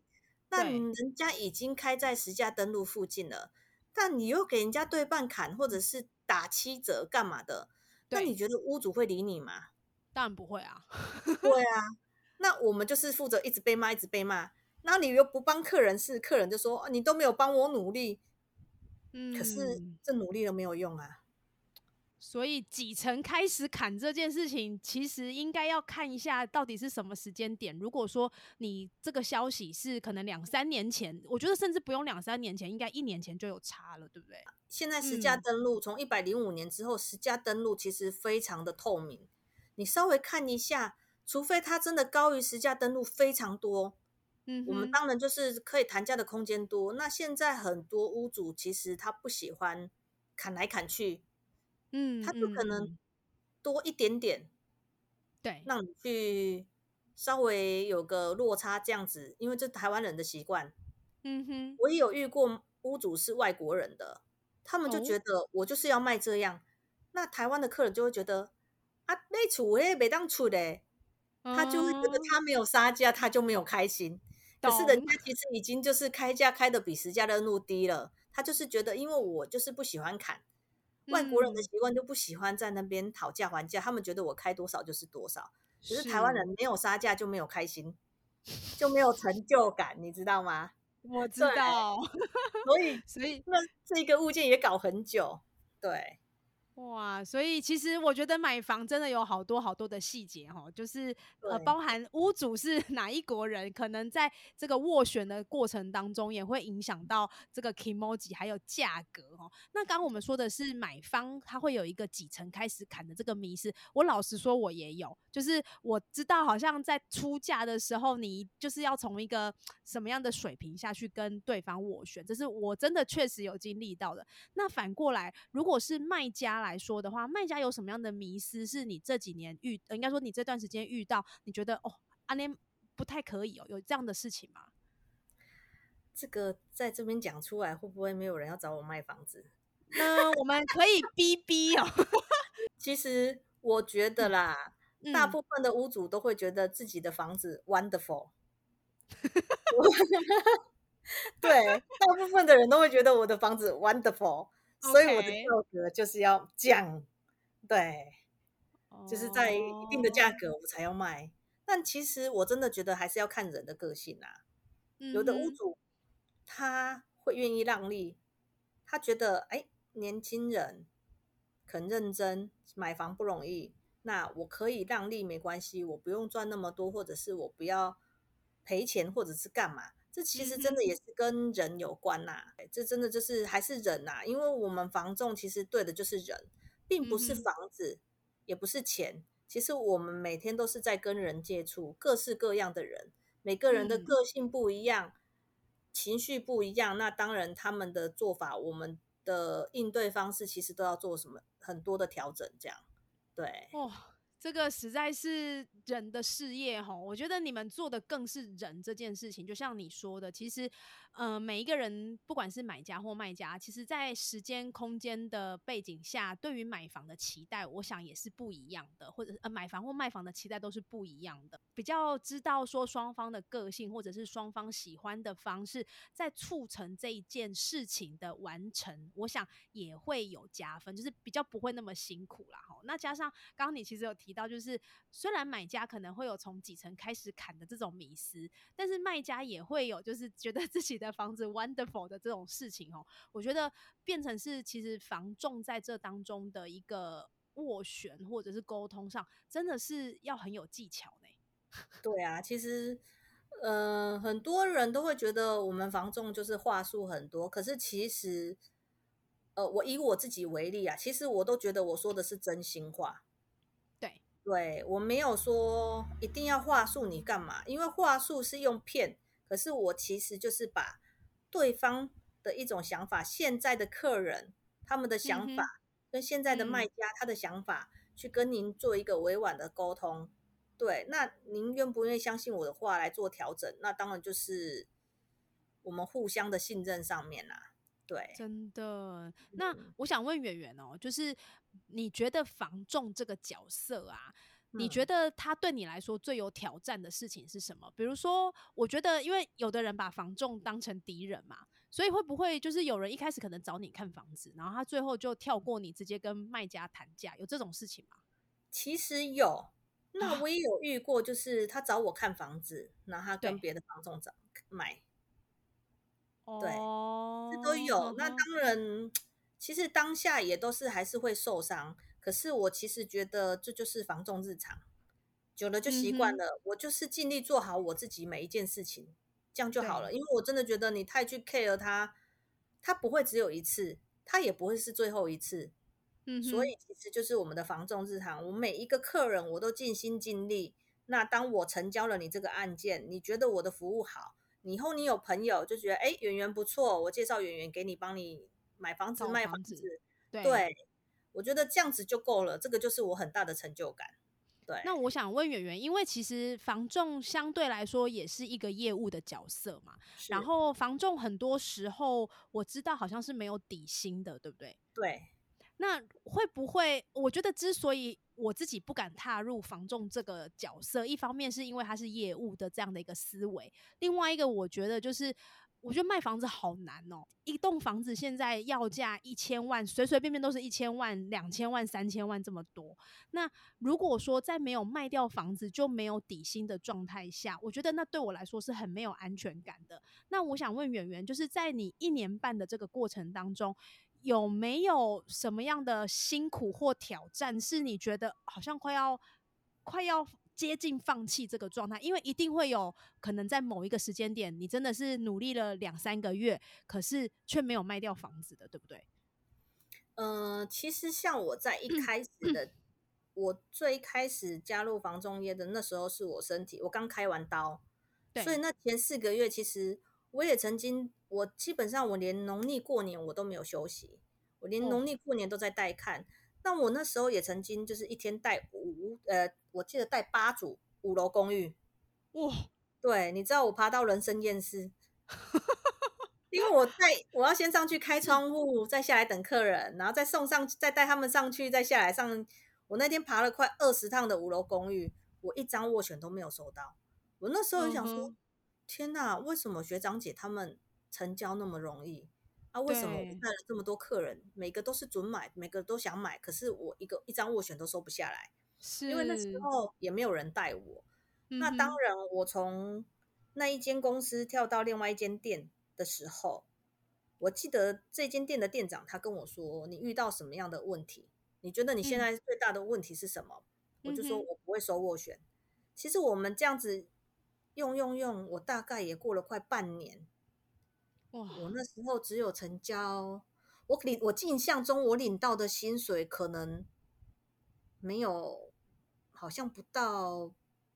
那对人家已经开在实价登录附近了，但你又给人家对半砍或者是打7折干嘛的？那你对， 觉得屋主会理你吗？ 当然不会啊。 对啊，那我们就是负责一直被骂，一直被骂。那你又不帮客人是，客人就说、你都没有帮我努力，可是嗯， 这努力了没有用啊。 所以几层开始砍这件事情，其实应该要看一下到底是什么时间点。如果说你这个消息是可能2、3年前，我觉得甚至不用2、3年前，应该1年前就有查了，对不对？ 现在实价嗯登录从105年之后，实价登录其实非常的透明，你稍微看一下，除非它真的高于实价登录非常多，我们嗯哼， 当然就是可以谈价的空间多。那现在很多屋主其实他不喜欢砍来砍去，他就可能多一点点， 对， 让你去稍微有个落差这样子，因为这台湾人的习惯。 嗯哼， 我也有遇过屋主是外国人的，他们就哦， 觉得我就是要卖这样，那台湾的客人就会觉得啊，那厝诶没当出嘞，他就会觉得嗯， 他没有杀价，他就没有开心。可是人懂， 家其实已经就是开价开的比实价登录低了，他就是觉得因为我就是不喜欢砍，外国人的嗯， 习惯就不喜欢在那边讨价还价，他们觉得我开多少就是多少。可是台湾是， 人没有杀价就没有开心，就没有成就感，你知道吗？ 我对， 知道， 所以所以那这个物件也搞很久，对， 哇，所以其实我觉得买房真的有好多好多的细节哈，就是对， 包含屋主是哪一国人，可能在这个斡旋的过程当中，也会影响到这个 kimoji 还有价格哈。那刚刚我们说的是买方他会有一个几层开始砍的这个迷思，我老实说我也有，就是我知道好像在出价的时候，你就是要从一个什么样的水平下去跟对方斡旋，这是我真的确实有经历到的。那反过来，如果是卖家来说的话，卖家有什么样的迷思是你这几年应该说你这段时间遇到，你觉得哦，阿那不太可以哦，有这样的事情吗？ 这个在这边讲出来，会不会没有人要找我卖房子？ 那我们可以逼逼哦。 其实我觉得嗯啦，大嗯， 部分的屋主都会觉得自己的房子 wonderful，对，大部分的人都会觉得我的房子 wonderful，所以我的价 OK， 格就是要降，对，就是在一定的价哦， 格我才要卖。但其实我真的觉得还是要看人的个性啊。有嗯哼， 的屋主他会愿意让利，他觉得哎，年轻人肯认真，买房不容易，那我可以让利没关系，我不用赚那么多，或者是我不要赔钱，或者是干嘛。这其实真的嗯哼， 也是跟人有关呐、这真的就是还是人呐、因为我们房仲其实对的就是人，并不是嗯哼， 房子，也不是钱。其实我们每天都是在跟人接触，各式各样的人，每个人的嗯。 个性不一样，情绪不一样，那当然他们的做法，我们的应对方式其实都要做什么很多的调整，这样对。 哦，这个实在是人的事业哈，我觉得你们做的更是人这件事情。就像你说的，其实，每一个人不管是买家或卖家，其实在时间、空间的背景下，对于买房的期待，我想也是不一样的，或者买房或卖房的期待都是不一样的。比较知道说双方的个性，或者是双方喜欢的方式，在促成这一件事情的完成，我想也会有加分，就是比较不会那么辛苦啦。那加上刚刚你其实有提到，就是虽然买家可能会有从几层开始砍的这种迷思，但是卖家也会有就是觉得自己的房子 wonderful 的这种事情哦。我觉得变成是其实房仲在这当中的一个斡旋或者是沟通上，真的是要很有技巧呢。 对啊，其实，很多人都会觉得我们房仲就是话术很多，可是其实，我以我自己为例啊，其实我都觉得我说的是真心话。 对， 对，我没有说一定要话术你干嘛，因为话术是用骗，可是我其实就是把对方的一种想法，现在的客人他们的想嗯哼， 法跟现在的卖嗯。 家他的想法，去跟您做一个委婉的沟通。对，那您愿不愿意相信我的话来做调整？那当然就是我们互相的信任上面啦。对， 真的，那我想问圆圆哦，就是你觉得房仲这个角色啊， 你觉得它对你来说最有挑战的事情是什么？比如说，我觉得因为有的人把房仲当成敌人嘛，所以会不会就是有人一开始可能找你看房子，然后他最后就跳过你，直接跟卖家谈价，有这种事情吗？ 其实有，那啊， 我也有遇过，就是他找我看房子，然后他跟对， 别的房仲买，对，这都哦， 有。那呵呵， 当然，其实当下也都是还是会受伤，可是我其实觉得这就是房仲日常，久了就嗯哼， 习惯了。我就是尽力做好我自己每一件事情，这样就好了。 对， 因为我真的觉得你太去 care 他，他不会只有一次，他也不会是最后一次。所以嗯哼， 其实就是我们的房仲日常，我每一个客人我都尽心尽力。那当我成交了你这个案件，你觉得我的服务好，以后你有朋友就觉得，哎，圆圆不错，我介绍圆圆给你，帮你买房子、 找卖房房子， 子。 对。 对，我觉得这样子就够了，这个就是我很大的成就感。对， 那我想问圆圆，因为其实房仲相对来说也是一个业务的角色嘛，然是， 后房仲很多时候我知道好像是没有底薪的，对不对？ 对， 那会不会？我觉得之所以我自己不敢踏入房仲这个角色，一方面是因为它是业务的这样的一个思维，另外一个我觉得就是。我觉得卖房子好难哦！一栋房子现在要价1000万，随随便便都是1000万、2000万、3000万这么多。那如果说在没有卖掉房子就没有底薪的状态下，我觉得那对我来说是很没有安全感的。那我想问圆圆，就是在你1年半的这个过程当中，有没有什么样的辛苦或挑战，是你觉得好像快要接近放弃这个状态？因为一定会有可能在某一个时间点，你真的是努力了2、3个月，可是却没有卖掉房子的，对不对？ 其实像我在一开始的，我最开始加入房仲业的那时候，是我身体我刚开完刀，所以对， 那前4个月，其实我也曾经，我基本上我连农历过年我都没有休息，我连农哦， 历过年都在带看。那我那时候也曾经就是一天带我记得带8组5楼公寓。 哇， 对，你知道我爬到人生厌世，因为我要先上去开窗户，再下来等客人，然后再送上，再带他们上去，再下来上。我那天爬了快20趟的5楼公寓，我一张斡旋都没有收到。我那时候就想说， 嗯哼， 天哪，为什么学长姐他们成交那么容易啊？为什么我对， 带了这么多客人，每个都是准买，每个都想买，可是我一张斡旋都收不下来？因为那时是， 候也没有人带我。那当嗯哼， 然，我从那一间公司跳到另外一间店的时候，我记得这间店的店长他跟我说：“你遇到什么样的问题？你觉得你现嗯在最大的问题是什么？”我就说： 嗯哼， “我不会收斡旋。”其实我们这样子用，我大概也过了快半年。我哇， 那时候只有成交，我印象中我领到的薪水可能没有，好像不到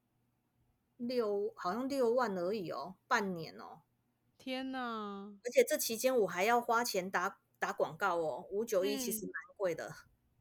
好像6万而已哦，半年哦。 天哪， 而且这期间我还要花钱打广告哦，591其实嗯， 蛮贵的。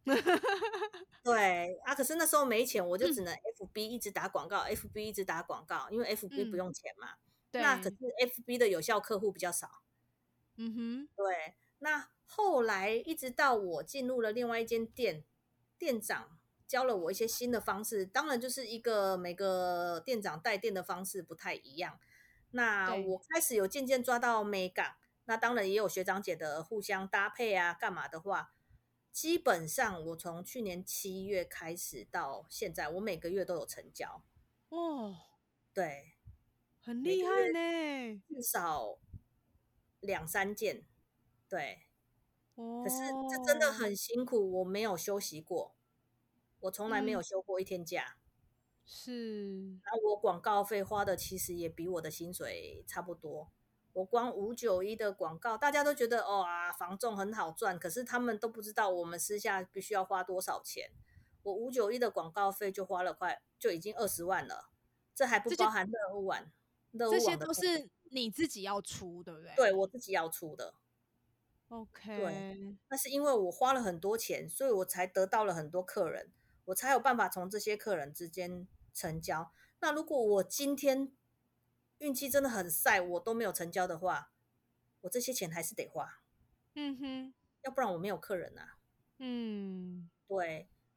对，啊，可是那时候没钱，我就只能 FB 一直打广告，FB 一直打广告，因为 FB 不嗯， 用钱嘛。那可是对， FB 的有效客户比较少。 嗯哼， 对，那后来一直到我进入了另外一间店，店长教了我一些新的方式，当然就是每个店长带店的方式不太一样。那对， 我开始有渐渐抓到美感，那当然也有学长姐的互相搭配啊，干嘛的话，基本上我从去年7月开始到现在，我每个月都有成交。 哦， 对， 很每个月厉害呢， 至少2、3件。对，可是这真的哦， 很辛苦，我没有休息过，我从来没有嗯， 休过一天假。 是， 那我广告费花的其实也比我的薪水差不多。我光591的广告，大家都觉得哦啊，房仲很好赚，可是他们都不知道我们私下必须要花多少钱。我591的广告费就花了就已经20万了，这还不这些包含乐这些屋网的都是你自己要出，对不对对我自己要出的。对， ？OK， 那是因为我花了很多钱，所以我才得到了很多客人，我才有办法从这些客人之间成交。那如果我今天运气真的很晒，我都没有成交的话，我这些钱还是得花， 嗯哼， 要不然我没有客人啊。 嗯， 对，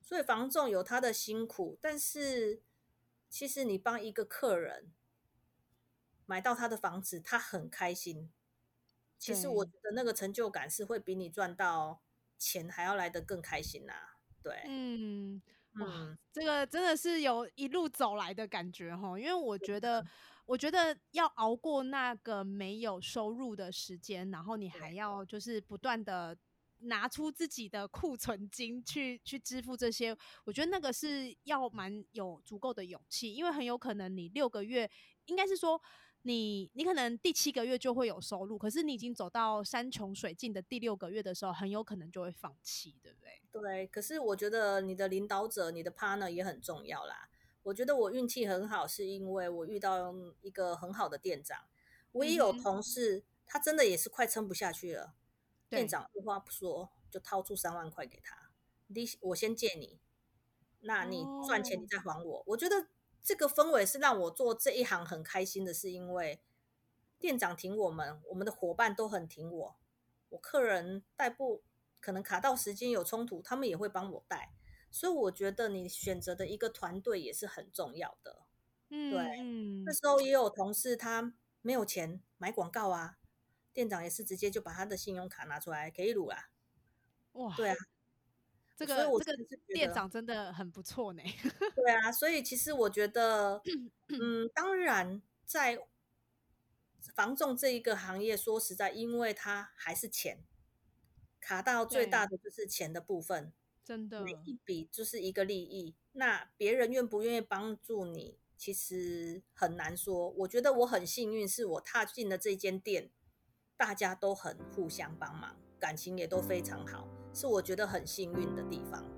所以房仲有他的辛苦，但是其实你帮一个客人买到他的房子，他很开心。其实我对。 觉得那个成就感是会比你赚到钱还要来得更开心呐。对， 嗯，哇， 嗯， 这个真的是有一路走来的感觉哈，因为我觉得要熬过那个没有收入的时间，然后你还对， 要就是不断的拿出自己的库存金去支付这些，我觉得那个是要蛮有足够的勇气，因为很有可能你6个月，应该是说你可能第7个月就会有收入，可是你已经走到山穷水尽的第6个月的时候，很有可能就会放弃，对不对？ 对，可是我觉得你的领导者、你的 partner 也很重要啦。我觉得我运气很好，是因为我遇到一个很好的店长。我也有嗯哼。 同事，他真的也是快撑不下去了，店对。 长二话不说就掏出3万块给他，我先借你，那你赚钱你哦。 再还我。我觉得这个氛围是让我做这一行很开心的，是因为店长挺我们，我们的伙伴都很挺我，我客人带不可能卡到时间有冲突，他们也会帮我带。所以我觉得你选择的一个团队也是很重要的。对，那嗯嗯。 时候也有同事他没有钱买广告啊，店长也是直接就把他的信用卡拿出来给鲁啦。 哇， 对啊，所以这个这个我其实是觉得店长真的很不错呢。 对啊，所以其实我觉得，当然在房仲这一个行业，说实在，因为它还是钱，卡到最大对， 的就是钱的部分，每真的。 一笔就是一个利益。那别人愿不愿意帮助你，其实很难说。我觉得我很幸运，是我踏进了这间店，大家都很互相帮忙，感情也都非常好，是我觉得很幸运的地方。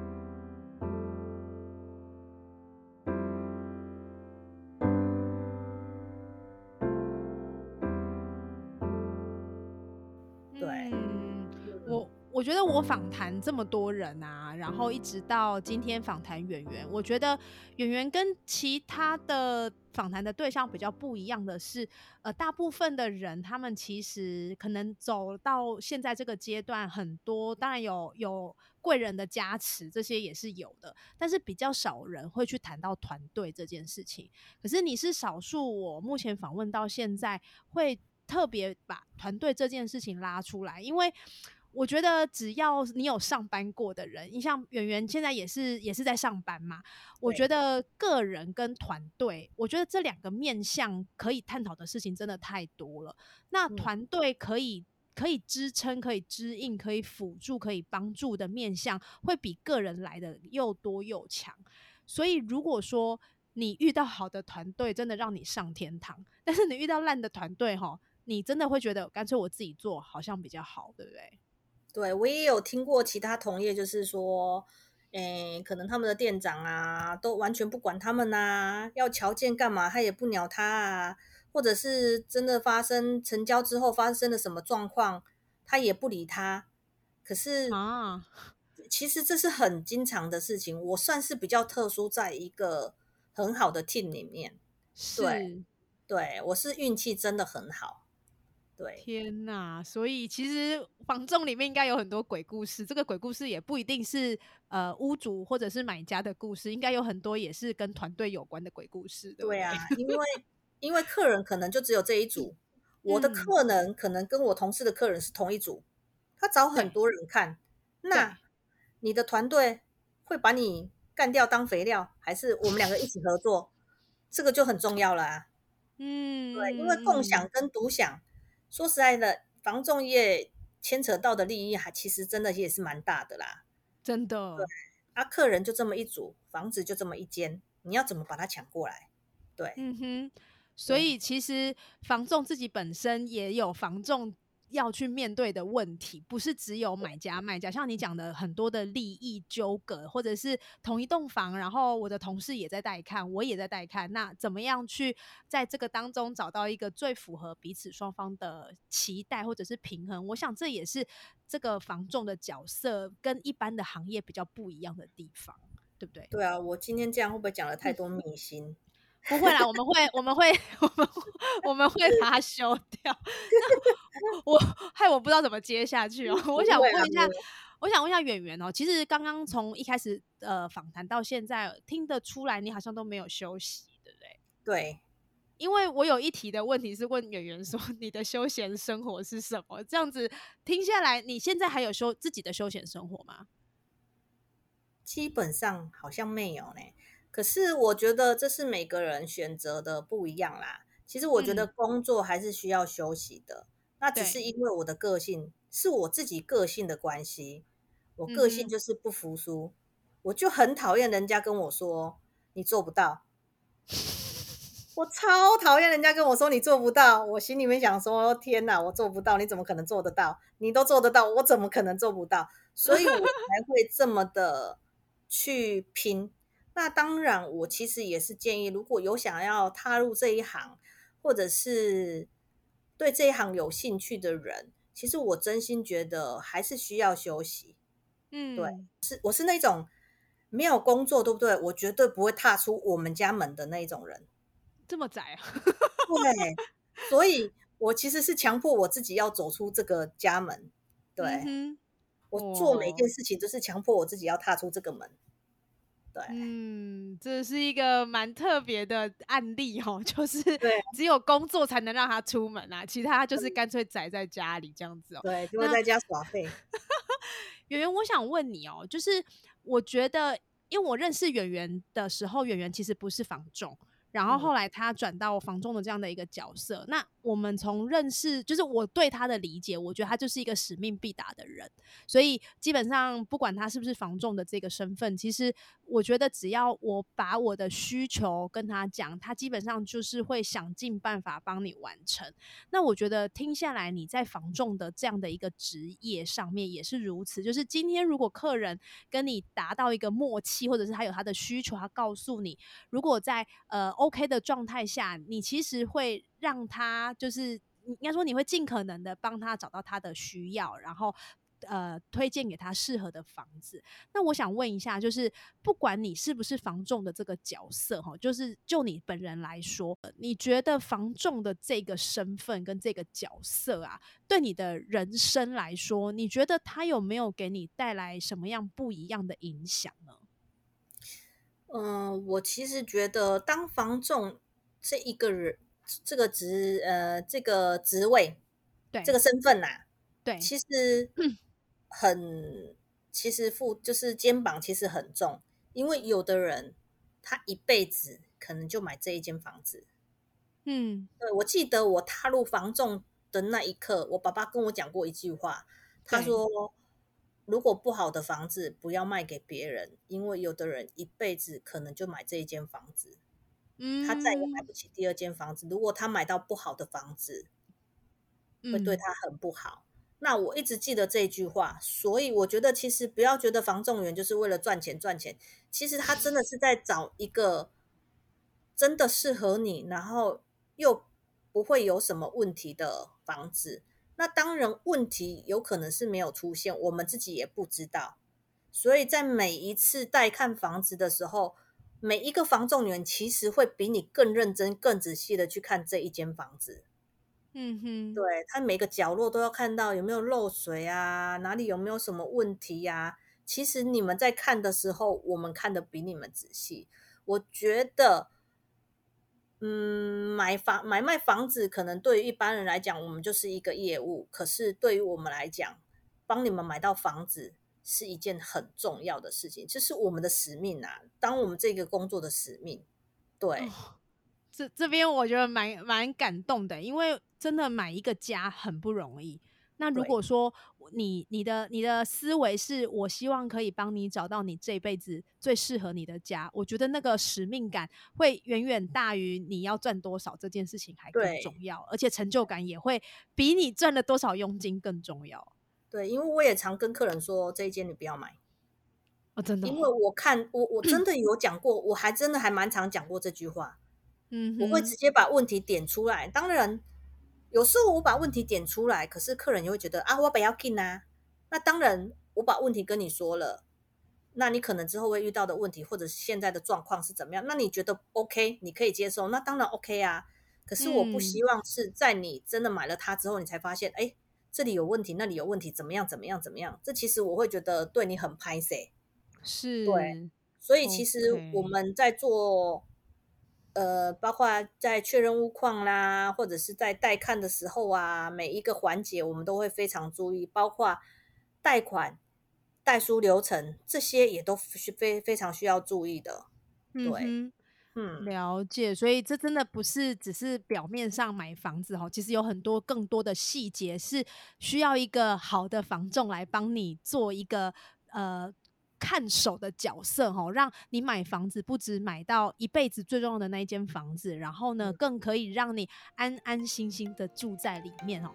对， 嗯， 嗯， 我觉得我访谈这么多人啊，然后一直到今天访谈圆圆，我觉得圆圆跟其他的访谈的对象比较不一样的是，大部分的人他们其实可能走到现在这个阶段，很多当然有贵人的加持，这些也是有的，但是比较少人会去谈到团队这件事情。可是你是少数，我目前访问到现在会特别把团队这件事情拉出来，因为我觉得只要你有上班过的人，你像圆圆现在也是在上班嘛，我觉对， 得个人跟团队，我觉得这2个面向可以探讨的事情真的太多了。那嗯。 团队可以支撑、可以支应、可以辅助、可以帮助的面向，会比个人来的又多又强。所以如果说你遇到好的团队，真的让你上天堂，但是你遇到烂的团队齁，你真的会觉得干脆我自己做好像比较好，对不对？ 对，我也有听过其他同业，就是说，可能他们的店长啊，都完全不管他们呐、要条件干嘛，他也不鸟他啊，或者是真的成交之后发生了什么状况，他也不理他。可是啊。 其实这是很经常的事情，我算是比较特殊，在一个很好的 team 里面，对是。 对，我是运气真的很好，对。 天呐，所以其实房仲里面应该有很多鬼故事，这个鬼故事也不一定是屋主或者是买家的故事，应该有很多也是跟团队有关的鬼故事，对不对？ 对啊，因为客人可能就只有这一组，我的嗯。 客人可能跟我同事的客人是同一组，他找很对多人看，那对。 你的团队会把你干掉当肥料，还是我们两个一起合作？这个就很重要了啊。 嗯对，因为共嗯嗯。 享跟独享，说实在的，房仲业牵扯到的利益其实真的也是蛮大的啦。 真的。 啊，客人就这么一组，房子就这么一间，你要怎么把它抢过来？对嗯哼，所对。 以其实房仲自己本身也有房仲要去面对的问题，不是只有买家卖家。像你讲的很多的利益纠葛，或者是同一栋房，然后我的同事也在带看，我也在带看，那怎么样去在这个当中找到一个最符合彼此双方的期待或者是平衡？我想这也是这个房仲的角色跟一般的行业比较不一样的地方，对不对？ 对啊，我今天这样会不会讲了太多秘辛？ 不会啦，我们会我们会把它修掉。那我害我不知道怎么接下去哦。我不会啊， 想问一下， 不会我想问一下圆圆哦，其实刚刚从一开始访谈到现在，听得出来你好像都没有休息，对不对？ 对， 因为我有一题的问题是问圆圆说你的休闲生活是什么？这样子听下来，你现在还有自己的休闲生活吗？ 基本上好像没有呢。可是我觉得这是每个人选择的不一样啦。其实我觉得工作还是需要休息的，那只是对， 因为我的个性是我自己个性的关系，我个性嗯哼， 就是不服输，我就很讨厌人家跟我说你做不到，我超讨厌人家跟我说你做不到，我心里面想说天哪，我做不到，你怎么可能做得到？你都做得到，我怎么可能做不到？所以我才会这么的去拼。那当然，我其实也是建议，如果有想要踏入这一行，或者是对这一行有兴趣的人，其实我真心觉得还是需要休息。对， 嗯， 我是那种没有工作，对不对？我绝对不会踏出我们家门的那一种人。 这么窄啊？ 对，所以我其实是强迫我自己要走出这个家门。对， 嗯哼， 我做每一件哦。 事情都是强迫我自己要踏出这个门。对， 嗯，这是一个蛮特别的案例哦，就是对， 只有工作才能让他出门啊，其他就是干脆宅在家里这样子哦。 对，就会那在家耍废。 圆圆，我想问你哦，就是我觉得，因为我认识圆圆的时候，圆圆其实不是房仲，然后嗯， 后来他转到房仲的这样的一个角色。那我们从认识，就是我对他的理解，我觉得他就是一个使命必达的人。所以基本上不管他是不是房仲的这个身份，其实我觉得只要我把我的需求跟他讲，他基本上就是会想尽办法帮你完成。那我觉得听下来，你在房仲的这样的一个职业上面也是如此。就是今天如果客人跟你达到一个默契，或者是他有他的需求，他告诉你，如果在OK 的状态下，你其实会让他就是应该说你会尽可能的帮他找到他的需要，然后推荐给他适合的房子。那我想问一下，就是不管你是不是房仲的这个角色哈，就是就你本人来说，你觉得房仲的这个身份跟这个角色啊，对你的人生来说，你觉得它有没有给你带来什么样不一样的影响呢？ 我其实觉得当房仲这一个人，这个职位，这对个身份呐、 对， 其实很，其实就是肩膀其实很重，因为有的人他一辈子可能就买这一间房子。 嗯， 对，我记得我踏入房仲的那一刻，我爸爸跟我讲过一句话，他对， 说：“如果不好的房子不要卖给别人，因为有的人一辈子可能就买这一间房子，他再也买嗯不起第二间房子。如果他买到不好的房子，会对嗯， 他很不好。”那我一直记得这一句话，所以我觉得其实不要觉得房仲员就是为了赚钱赚钱，其实他真的是在找一个真的适合你，然后又不会有什么问题的房子。那当然，问题有可能是没有出现，我们自己也不知道。所以在每一次带看房子的时候，每一个房仲员其实会比你更认真、更仔细的去看这一间房子。 嗯哼， 对，他每个角落都要看到有没有漏水啊，哪里有没有什么问题呀、其实你们在看的时候，我们看的比你们仔细。我觉得，买卖房子可能对于一般人来讲，我们就是一个业务，可是对于我们来讲，帮你们买到房子是一件很重要的事情，这是我们的使命啊，当我们这个工作的使命。 哦， 对这边我觉得蛮感动的，因为真的买一个家很不容易。那如对果说你的思维是我希望可以帮你找到你这辈子最适合你的家，我觉得那个使命感会远远大于你要赚多少这件事情还更重对要，而且成就感也会比你赚了多少佣金更重要。 对，因为我也常跟客人说，这一间你不要买。 哦，真的哦， 因为我真的有讲过，我还真的还蛮常讲过这句话。我会嗯哼， 直接把问题点出来。当然，有时候我把问题点出来，可是客人也会觉得啊，我不要紧啊。那当然，我把问题跟你说了，那你可能之后会遇到的问题，或者是现在的状况是怎么样？那你觉得 OK，你可以接受，那当然 OK 啊。可是我不嗯。 希望是在你真的买了它之后，你才发现，哎， 这里有问题，那里有问题，怎么样怎么样怎么样，这其实我会觉得对你很拍摄。对， 是所以其实我 ，OK， 们在做，包括在确认屋况啦，或者是在带看的时候啊，每一个环节我们都会非常注意，包括贷款、代书流程这些也都是非常需要注意的。对， 嗯哼。 嗯， 了解，所以这真的不是只是表面上买房子哈，其实有很多更多的细节是需要一个好的房仲来帮你做一个看守的角色哈，让你买房子不止买到一辈子最重要的那一间房子，然后呢，更可以让你安安心心的住在里面哦。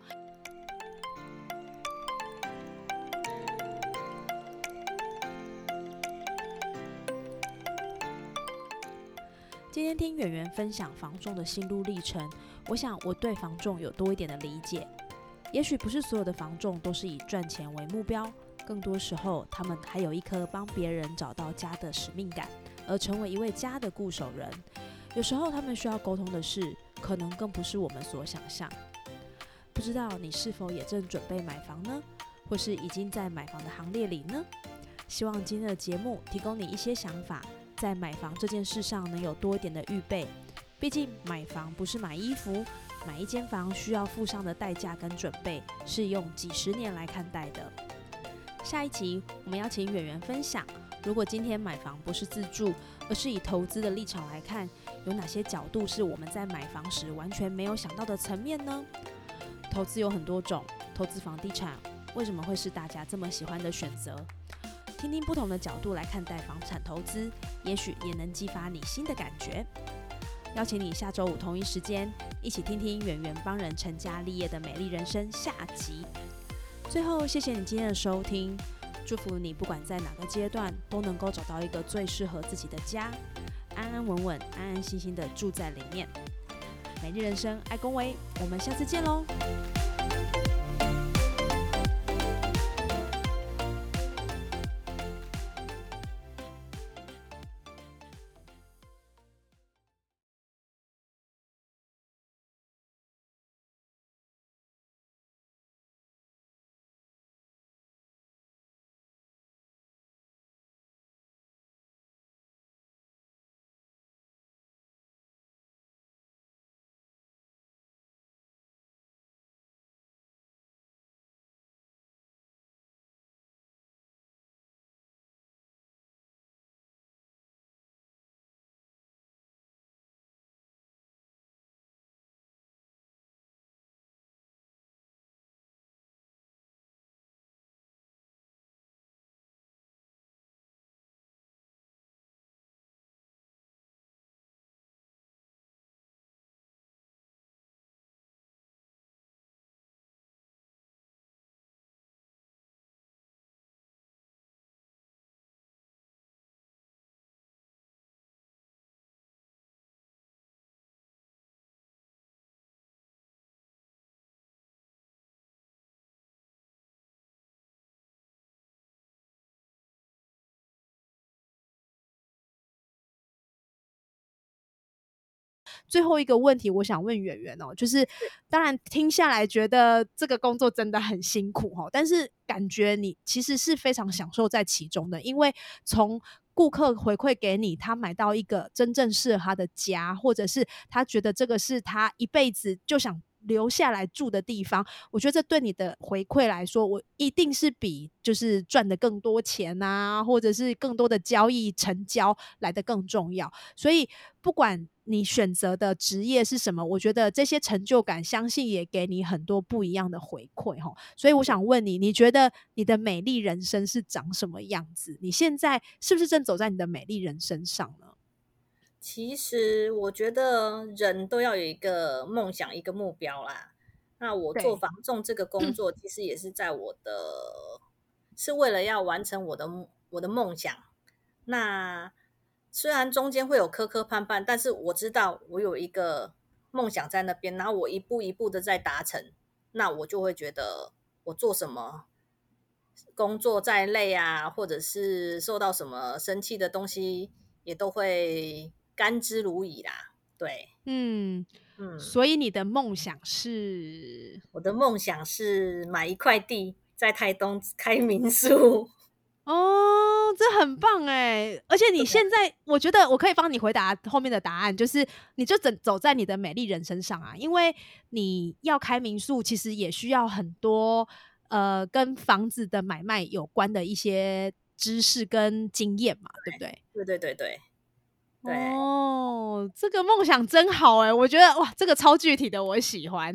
今天听圆圆分享房仲的心路历程，我想我对房仲有多一点的理解。也许不是所有的房仲都是以赚钱为目标，更多时候他们还有一颗帮别人找到家的使命感，而成为一位家的固守人。有时候他们需要沟通的事，可能更不是我们所想象。不知道你是否也正准备买房呢？或是已经在买房的行列里呢？希望今天的节目提供你一些想法，在买房这件事上能有多一点的预备。毕竟买房不是买衣服，买一间房需要付上的代价跟准备，是用几十年来看待的。下一集我们邀请圆圆分享，如果今天买房不是自住，而是以投资的立场来看，有哪些角度是我们在买房时完全没有想到的层面呢？投资有很多种，投资房地产为什么会是大家这么喜欢的选择？听听不同的角度来看待房产投资，也许也能激发你新的感觉。邀请你下周五同一时间一起听听圆圆帮人成家立业的美丽人生下集。最后，谢谢你今天的收听，祝福你不管在哪个阶段都能够找到一个最适合自己的家，安安稳稳、安安心心的住在里面。美丽人生，爱恭维，我们下次见喽。最后一个问题，我想问圆圆哦，就是当然听下来觉得这个工作真的很辛苦哦，但是感觉你其实是非常享受在其中的，因为从顾客回馈给你，他买到一个真正适合他的家，或者是他觉得这个是他一辈子就想留下来住的地方，我觉得这对你的回馈来说，我一定是比就是赚的更多钱啊，或者是更多的交易成交来的更重要。所以不管你选择的职业是什么，我觉得这些成就感相信也给你很多不一样的回馈齁。所以我想问你，你觉得你的美丽人生是长什么样子？你现在是不是正走在你的美丽人生上呢？ 其实我觉得人都要有一个梦想、一个目标啦。那我做对， 房仲这个工作，其实也是是为了要完成我的梦想。那虽然中间会有磕磕绊绊，但是我知道我有一个梦想在那边，然后我一步一步的在达成，那我就会觉得我做什么工作再累啊，或者是受到什么生气的东西，也都会甘之如饴啦。对， 嗯。 所以你的梦想是？ 我的梦想是买一块地，在台东开民宿。 哦，这很棒哎！而且你现在，我觉得我可以帮你回答后面的答案，就是你就走在你的美丽人生上啊，因为你要开民宿，其实也需要很多跟房子的买卖有关的一些知识跟经验嘛，对不对？ 对对对对对。 哦，这个梦想真好哎！我觉得哇，这个超具体的，我喜欢。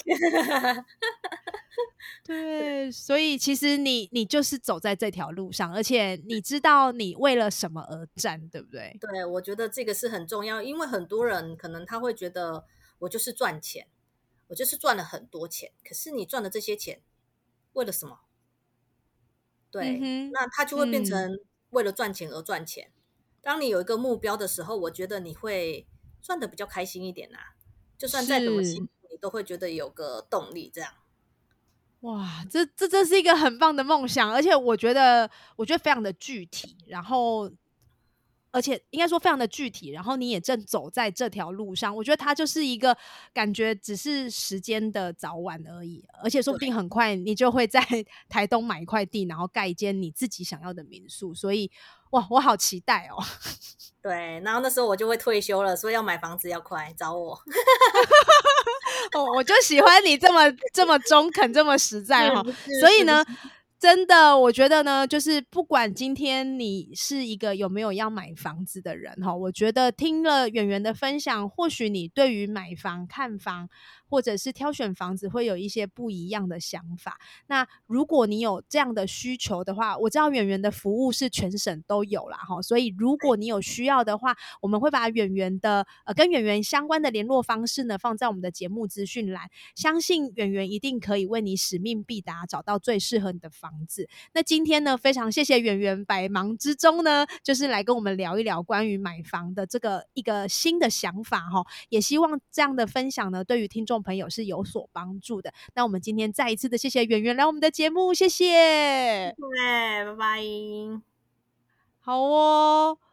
对，所以其实你就是走在这条路上，而且你知道你为了什么而战，对不对？ 对，我觉得这个是很重要，因为很多人可能他会觉得我就是赚钱，我就是赚了很多钱，可是你赚的这些钱为了什么？对， 嗯哼， 那他就会变成为了赚钱而赚钱。当你有一个目标的时候，我觉得你会赚的比较开心一点啊，就算再怎么辛是。 苦，你都会觉得有个动力这样。 哇，这真是一个很棒的梦想，而且我觉得非常的具体，然后而且应该说非常的具体，然后你也正走在这条路上，我觉得它就是一个感觉只是时间的早晚而已，而且说不定对很快你就会在台东买一块地，然后盖一间你自己想要的民宿，所以哇，我好期待哦！ 对，然后那时候我就会退休了，所以要买房子要快，找我。 我就喜欢你这么中肯，这么实在哈。所以呢， 是是是。 真的，我觉得呢，就是不管今天你是一个有没有要买房子的人哈，我觉得听了圆圆的分享，或许你对于买房、看房，或者是挑选房子会有一些不一样的想法。那如果你有这样的需求的话，我知道圆圆的服务是全省都有啦哈，所以如果你有需要的话，我们会把圆圆的跟圆圆相关的联络方式呢放在我们的节目资讯栏，相信圆圆一定可以为你使命必达，找到最适合你的房子。那今天呢，非常谢谢圆圆百忙之中呢，就是来跟我们聊一聊关于买房的这个一个新的想法哈，也希望这样的分享呢，对于听众朋友是有所帮助的。那我们今天再一次的谢谢圆圆来我们的节目，谢谢。 对，拜拜。 好哦。